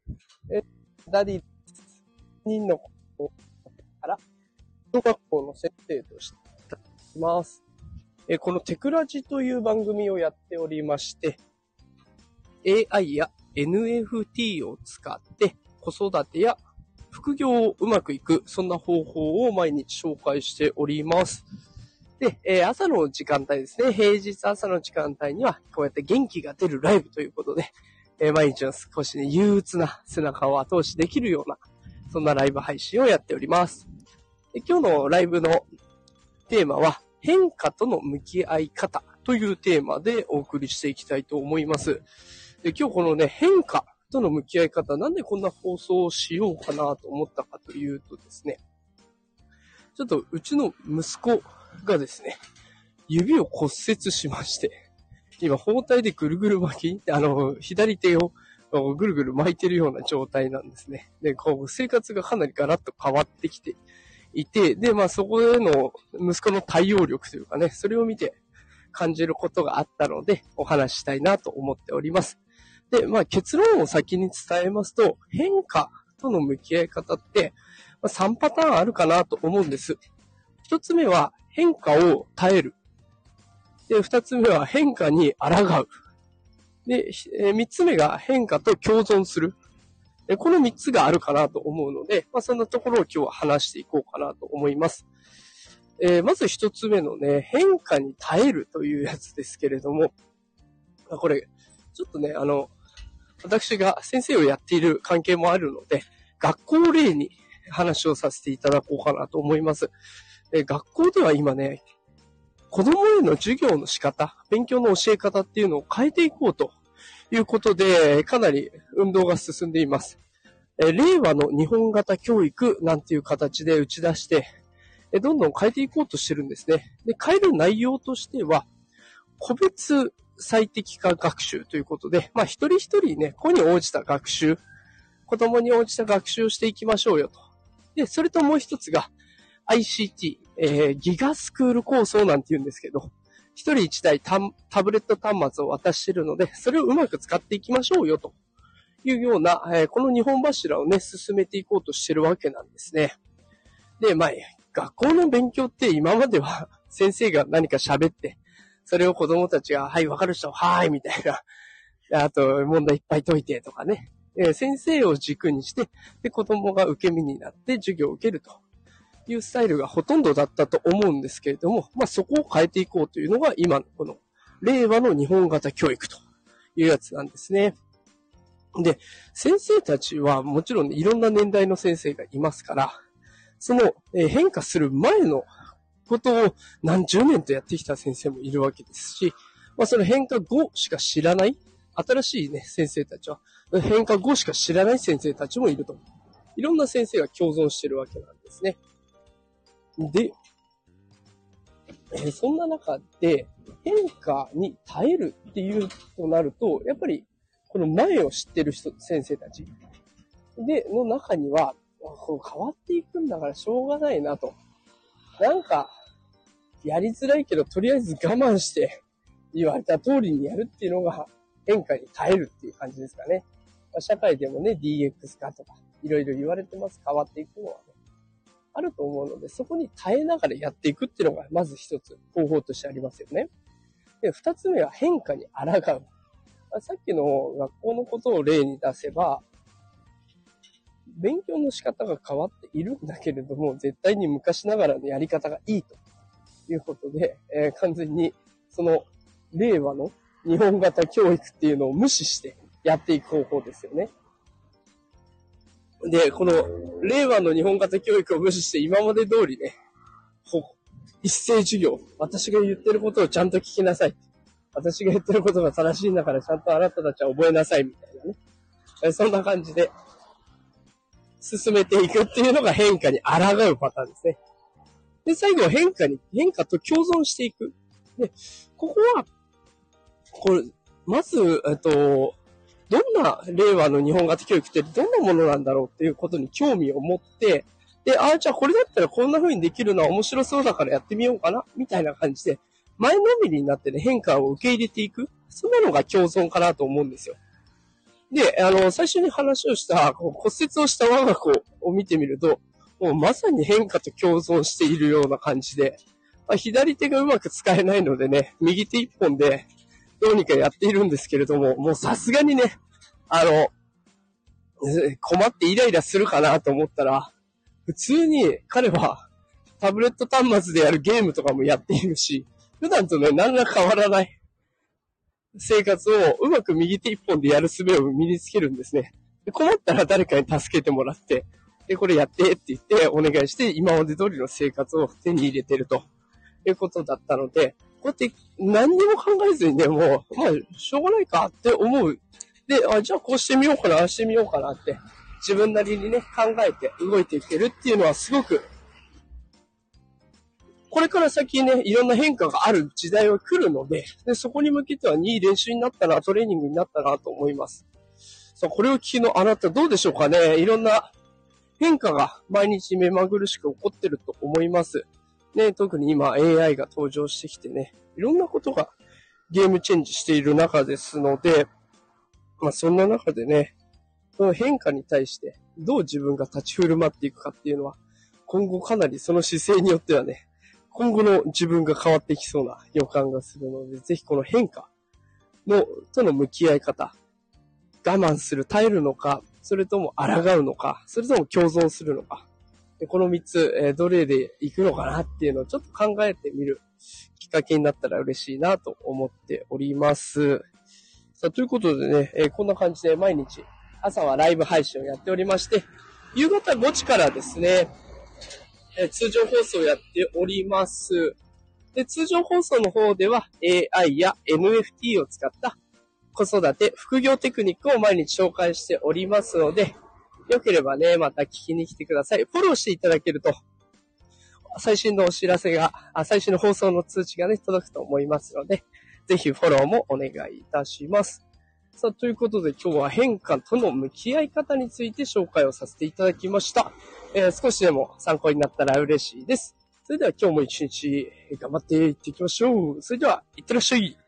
ダディ人の子から小学校の先生としています。このテクラジという番組をやっておりまして、AI や NFT を使って子育てや副業をうまくいく、そんな方法を毎日紹介しております。で、朝の時間帯ですね、平日朝の時間帯にはこうやって元気が出るライブということで、毎日の少しね、憂鬱な背中を後押しできるような、そんなライブ配信をやっております。で、今日のライブのテーマは、変化との向き合い方というテーマでお送りしていきたいと思います。で、今日このね、変化との向き合い方、なんでこんな放送をしようかなと思ったかというとですね、ちょっとうちの息子がですね、指を骨折しまして、今包帯でぐるぐる巻き、左手をぐるぐる巻いてるような状態なんですね。で、生活がかなりガラッと変わってきていて、で、そこでの息子の対応力というかね、それを見て感じることがあったので、お話ししたいなと思っております。で、結論を先に伝えますと、変化との向き合い方って、3パターンあるかなと思うんです。1つ目は変化を耐える。で、2つ目は変化に抗う。で、3つ目が変化と共存する。この3つがあるかなと思うので、そんなところを今日は話していこうかなと思います。まず1つ目のね、変化に耐えるというやつですけれども、これ、ちょっとね、私が先生をやっている関係もあるので、学校を例に話をさせていただこうかなと思います。学校では今ね、子供への授業の仕方、勉強の教え方っていうのを変えていこうということで、かなり運動が進んでいます。令和の日本型教育なんていう形で打ち出して、どんどん変えていこうとしてるんですね。で、変える内容としては、個別最適化学習ということで、一人一人ね、子に応じた学習、子供に応じた学習をしていきましょうよと。で、それともう一つが ICT、ギガスクール構想なんて言うんですけど、一人一台タブレット端末を渡しているので、それをうまく使っていきましょうよというような、この2本柱をね、進めていこうとしているわけなんですね。で、学校の勉強って今までは先生が何か喋って、それを子供たちが、はい、わかる人、はい、みたいな。あと、問題いっぱい解いてとかね。先生を軸にして、で、子供が受け身になって授業を受けるというスタイルがほとんどだったと思うんですけれども、そこを変えていこうというのが今のこの令和の日本型教育というやつなんですね。で、先生たちはもちろん、ね、いろんな年代の先生がいますから、その変化する前のことを何十年とやってきた先生もいるわけですし、その変化後しか知らない、新しいね、先生たちは、変化後しか知らない先生たちもいると。いろんな先生が共存しているわけなんですね。で、そんな中で変化に耐えるっていうとなると、やっぱりこの前を知ってる先生たちでの中には、変わっていくんだからしょうがないなと。なんか、やりづらいけど、とりあえず我慢して言われた通りにやるっていうのが変化に耐えるっていう感じですかね。社会でもね、DX 化とか、いろいろ言われてます。変わっていくのはね。あると思うので、そこに耐えながらやっていくっていうのが、まず一つ方法としてありますよね。で、二つ目は変化に抗う。さっきの学校のことを例に出せば、勉強の仕方が変わっているんだけれども、絶対に昔ながらのやり方がいいということで、完全にその令和の日本型教育っていうのを無視してやっていく方法ですよね。で、この令和の日本型教育を無視して今まで通りね、一斉授業、私が言ってることをちゃんと聞きなさい。私が言ってることが正しいんだからちゃんとあなたたちは覚えなさいみたいなね。そんな感じで進めていくっていうのが変化に抗うパターンですね。で、最後は変化と共存していく。で、ここは、まず、どんな令和の日本型教育ってどんなものなんだろうっていうことに興味を持って、で、じゃあこれだったらこんな風にできるのは面白そうだからやってみようかな、みたいな感じで、前のめりになってね、変化を受け入れていく。そんなのが共存かなと思うんですよ。 で、最初に話をした、骨折をした我が子を見てみると、もうまさに変化と共存しているような感じで、左手がうまく使えないのでね、右手一本でどうにかやっているんですけれども、もうさすがにね、困ってイライラするかなと思ったら、普通に彼はタブレット端末でやるゲームとかもやっているし、普段とね、何ら変わらない生活をうまく右手一本でやる術を身につけるんですね。で困ったら誰かに助けてもらって、で、これやってって言ってお願いして、今まで通りの生活を手に入れてるということだったので、こうやって何にも考えずにね、もう、まあ、しょうがないかって思う。で、じゃあこうしてみようかな、ああしてみようかなって、自分なりにね、考えて動いていけるっていうのはすごく、これから先ね、いろんな変化がある時代は来るので、そこに向けてはいい練習になったな、トレーニングになったなと思います。さあ、これを聞きのあなたどうでしょうかね。いろんな変化が毎日目まぐるしく起こってると思います。ね、特に今 AI が登場してきてね、いろんなことがゲームチェンジしている中ですので、まあそんな中でね、その変化に対してどう自分が立ち振る舞っていくかっていうのは、今後かなりその姿勢によってはね、今後の自分が変わっていきそうな予感がするので、ぜひこの変化との向き合い方、我慢する、耐えるのか、それとも抗うのか、それとも共存するのか。この3つ、どれで行くのかなっていうのをちょっと考えてみるきっかけになったら嬉しいなと思っております。さあ、ということでね、こんな感じで毎日朝はライブ配信をやっておりまして、夕方5時からですね、通常放送をやっております。で、通常放送の方では AI や NFT を使った子育て、副業テクニックを毎日紹介しておりますので、よければね、また聞きに来てください。フォローしていただけると、最新のお知らせが、最新の放送の通知がね、届くと思いますので、ぜひフォローもお願いいたします。さあ、ということで今日は変化との向き合い方について紹介をさせていただきました。少しでも参考になったら嬉しいです。それでは今日も一日頑張っていっていきましょう。それでは、いってらっしゃい。